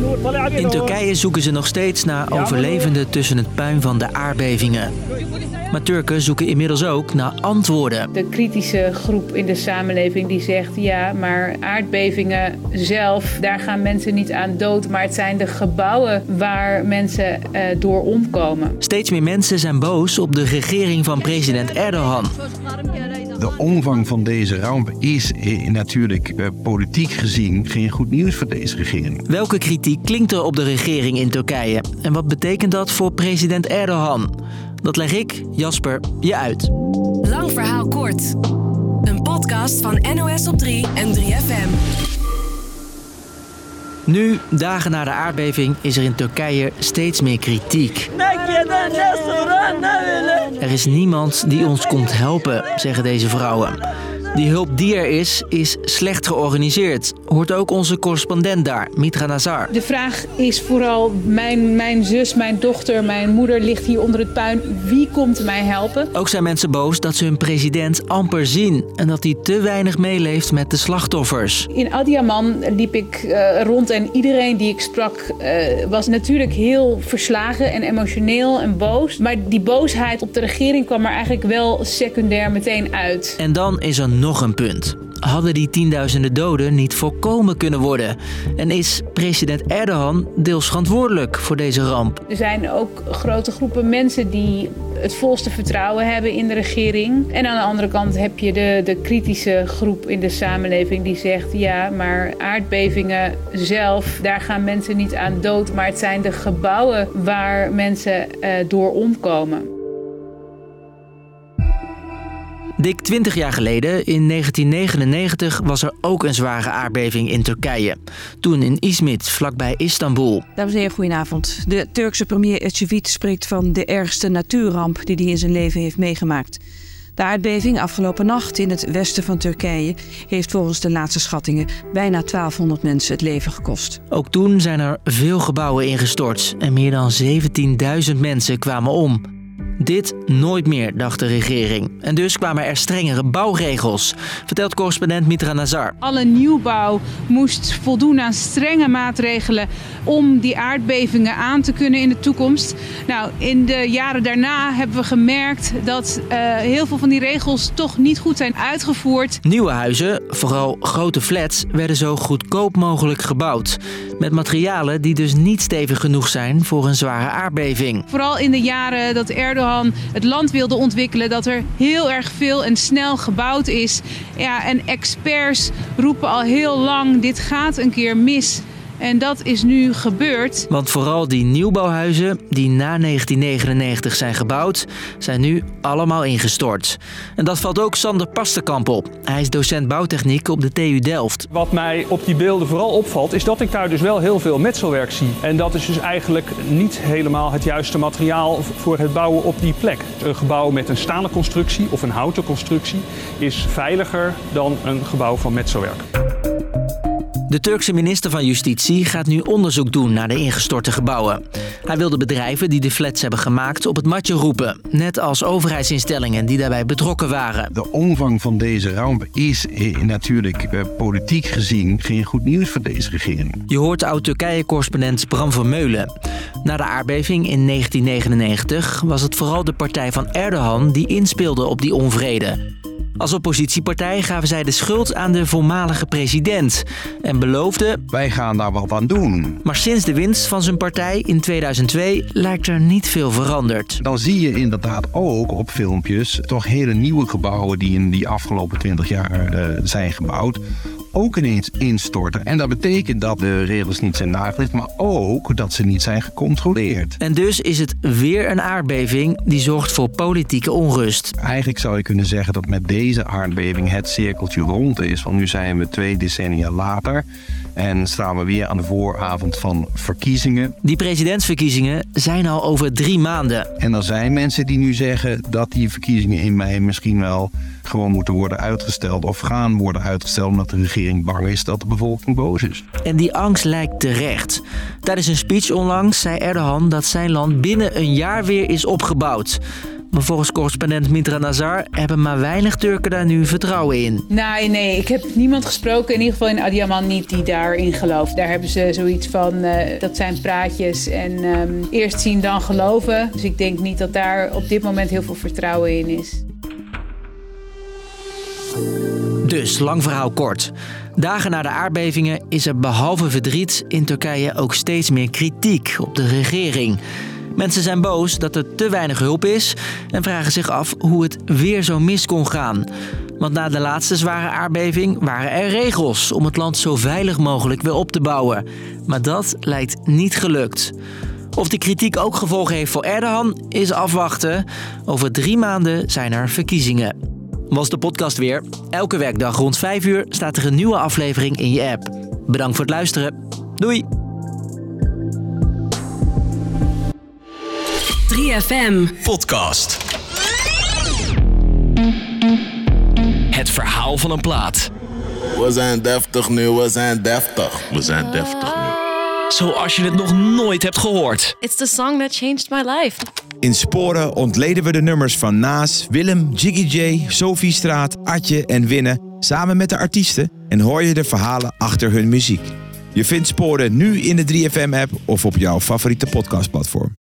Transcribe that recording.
In Turkije zoeken ze nog steeds naar overlevenden tussen het puin van de aardbevingen. Maar Turken zoeken inmiddels ook naar antwoorden. De kritische groep in de samenleving die zegt... ja, maar aardbevingen zelf, daar gaan mensen niet aan dood... maar het zijn de gebouwen waar mensen door omkomen. Steeds meer mensen zijn boos op de regering van president Erdogan. De omvang van deze ramp is natuurlijk politiek gezien geen goed nieuws voor deze regering. Welke kritiek klinkt er op de regering in Turkije? En wat betekent dat voor president Erdogan? Dat leg ik, Jasper, je uit. Lang verhaal kort. Een podcast van NOS op 3 en 3FM. Nu, dagen na de aardbeving, is er in Turkije steeds meer kritiek. Er is niemand die ons komt helpen, zeggen deze vrouwen. Die hulp die er is slecht georganiseerd. Hoort ook onze correspondent daar, Mitra Nazar. De vraag is vooral, mijn zus, mijn dochter, mijn moeder ligt hier onder het puin. Wie komt mij helpen? Ook zijn mensen boos dat ze hun president amper zien. En dat hij te weinig meeleeft met de slachtoffers. In Adiyaman liep ik rond en iedereen die ik sprak was natuurlijk heel verslagen en emotioneel en boos. Maar die boosheid op de regering kwam er eigenlijk wel secundair meteen uit. En dan is er nog een punt. Hadden die tienduizenden doden niet voorkomen kunnen worden? En is president Erdogan deels verantwoordelijk voor deze ramp? Er zijn ook grote groepen mensen die het volste vertrouwen hebben in de regering. En aan de andere kant heb je de kritische groep in de samenleving die zegt... ja, maar aardbevingen zelf, daar gaan mensen niet aan dood... maar het zijn de gebouwen waar mensen door omkomen. Dik 20 jaar geleden, in 1999, was er ook een zware aardbeving in Turkije. Toen in Izmit, vlakbij Istanbul. Dames en heren, goedenavond. De Turkse premier Ecevit spreekt van de ergste natuurramp die hij in zijn leven heeft meegemaakt. De aardbeving afgelopen nacht in het westen van Turkije heeft volgens de laatste schattingen bijna 1200 mensen het leven gekost. Ook toen zijn er veel gebouwen ingestort en meer dan 17.000 mensen kwamen om. Dit nooit meer, dacht de regering. En dus kwamen er strengere bouwregels, vertelt correspondent Mitra Nazar. Alle nieuwbouw moest voldoen aan strenge maatregelen om die aardbevingen aan te kunnen in de toekomst. Nou, in de jaren daarna hebben we gemerkt dat heel veel van die regels toch niet goed zijn uitgevoerd. Nieuwe huizen, vooral grote flats, werden zo goedkoop mogelijk gebouwd. Met materialen die dus niet stevig genoeg zijn voor een zware aardbeving. Vooral in de jaren dat Erdogan het land wilde ontwikkelen, dat er heel erg veel en snel gebouwd is. Ja, en experts roepen al heel lang, dit gaat een keer mis. En dat is nu gebeurd. Want vooral die nieuwbouwhuizen die na 1999 zijn gebouwd, zijn nu allemaal ingestort. En dat valt ook Sander Pasterkamp op. Hij is docent bouwtechniek op de TU Delft. Wat mij op die beelden vooral opvalt, is dat ik daar dus wel heel veel metselwerk zie. En dat is dus eigenlijk niet helemaal het juiste materiaal voor het bouwen op die plek. Een gebouw met een stalen constructie of een houten constructie is veiliger dan een gebouw van metselwerk. De Turkse minister van Justitie gaat nu onderzoek doen naar de ingestorte gebouwen. Hij wil de bedrijven die de flats hebben gemaakt op het matje roepen. Net als overheidsinstellingen die daarbij betrokken waren. De omvang van deze ramp is natuurlijk politiek gezien geen goed nieuws voor deze regering. Je hoort oud-Turkije-correspondent Bram Vermeulen. Na de aardbeving in 1999 was het vooral de partij van Erdogan die inspeelde op die onvrede. Als oppositiepartij gaven zij de schuld aan de voormalige president en beloofden: wij gaan daar wat aan doen. Maar sinds de winst van zijn partij in 2002 lijkt er niet veel veranderd. Dan zie je inderdaad ook op filmpjes toch hele nieuwe gebouwen die in die afgelopen 20 jaar zijn gebouwd, ook ineens instorten. En dat betekent dat de regels niet zijn nageleefd, maar ook dat ze niet zijn gecontroleerd. En dus is het weer een aardbeving die zorgt voor politieke onrust. Eigenlijk zou je kunnen zeggen dat met deze aardbeving het cirkeltje rond is. Want nu zijn we 2 decennia later en staan we weer aan de vooravond van verkiezingen. Die presidentsverkiezingen zijn al over 3 maanden. En er zijn mensen die nu zeggen dat die verkiezingen in mei misschien wel gewoon moeten worden uitgesteld of gaan worden uitgesteld omdat de regering bang is dat de bevolking boos is. En die angst lijkt terecht. Tijdens een speech onlangs zei Erdogan dat zijn land binnen een jaar weer is opgebouwd. Maar volgens correspondent Mitra Nazar hebben maar weinig Turken daar nu vertrouwen in. Nee, ik heb niemand gesproken, in ieder geval in Adıyaman niet, die daarin gelooft. Daar hebben ze zoiets van, dat zijn praatjes en eerst zien dan geloven. Dus ik denk niet dat daar op dit moment heel veel vertrouwen in is. Dus, lang verhaal kort. Dagen na de aardbevingen is er behalve verdriet in Turkije ook steeds meer kritiek op de regering. Mensen zijn boos dat er te weinig hulp is en vragen zich af hoe het weer zo mis kon gaan. Want na de laatste zware aardbeving waren er regels om het land zo veilig mogelijk weer op te bouwen. Maar dat lijkt niet gelukt. Of die kritiek ook gevolgen heeft voor Erdogan is afwachten. Over 3 maanden zijn er verkiezingen. Was de podcast weer. Elke werkdag rond 5 uur staat er een nieuwe aflevering in je app. Bedankt voor het luisteren. Doei! 3FM Podcast. Het verhaal van een plaat. We zijn deftig nu, we zijn deftig. We zijn deftig nu. Zoals je het nog nooit hebt gehoord. It's the song that changed my life. In Sporen ontleden we de nummers van Naas, Willem, Jiggy J, Sophie Straat, Atje en Winne samen met de artiesten en hoor je de verhalen achter hun muziek. Je vindt Sporen nu in de 3FM-app of op jouw favoriete podcastplatform.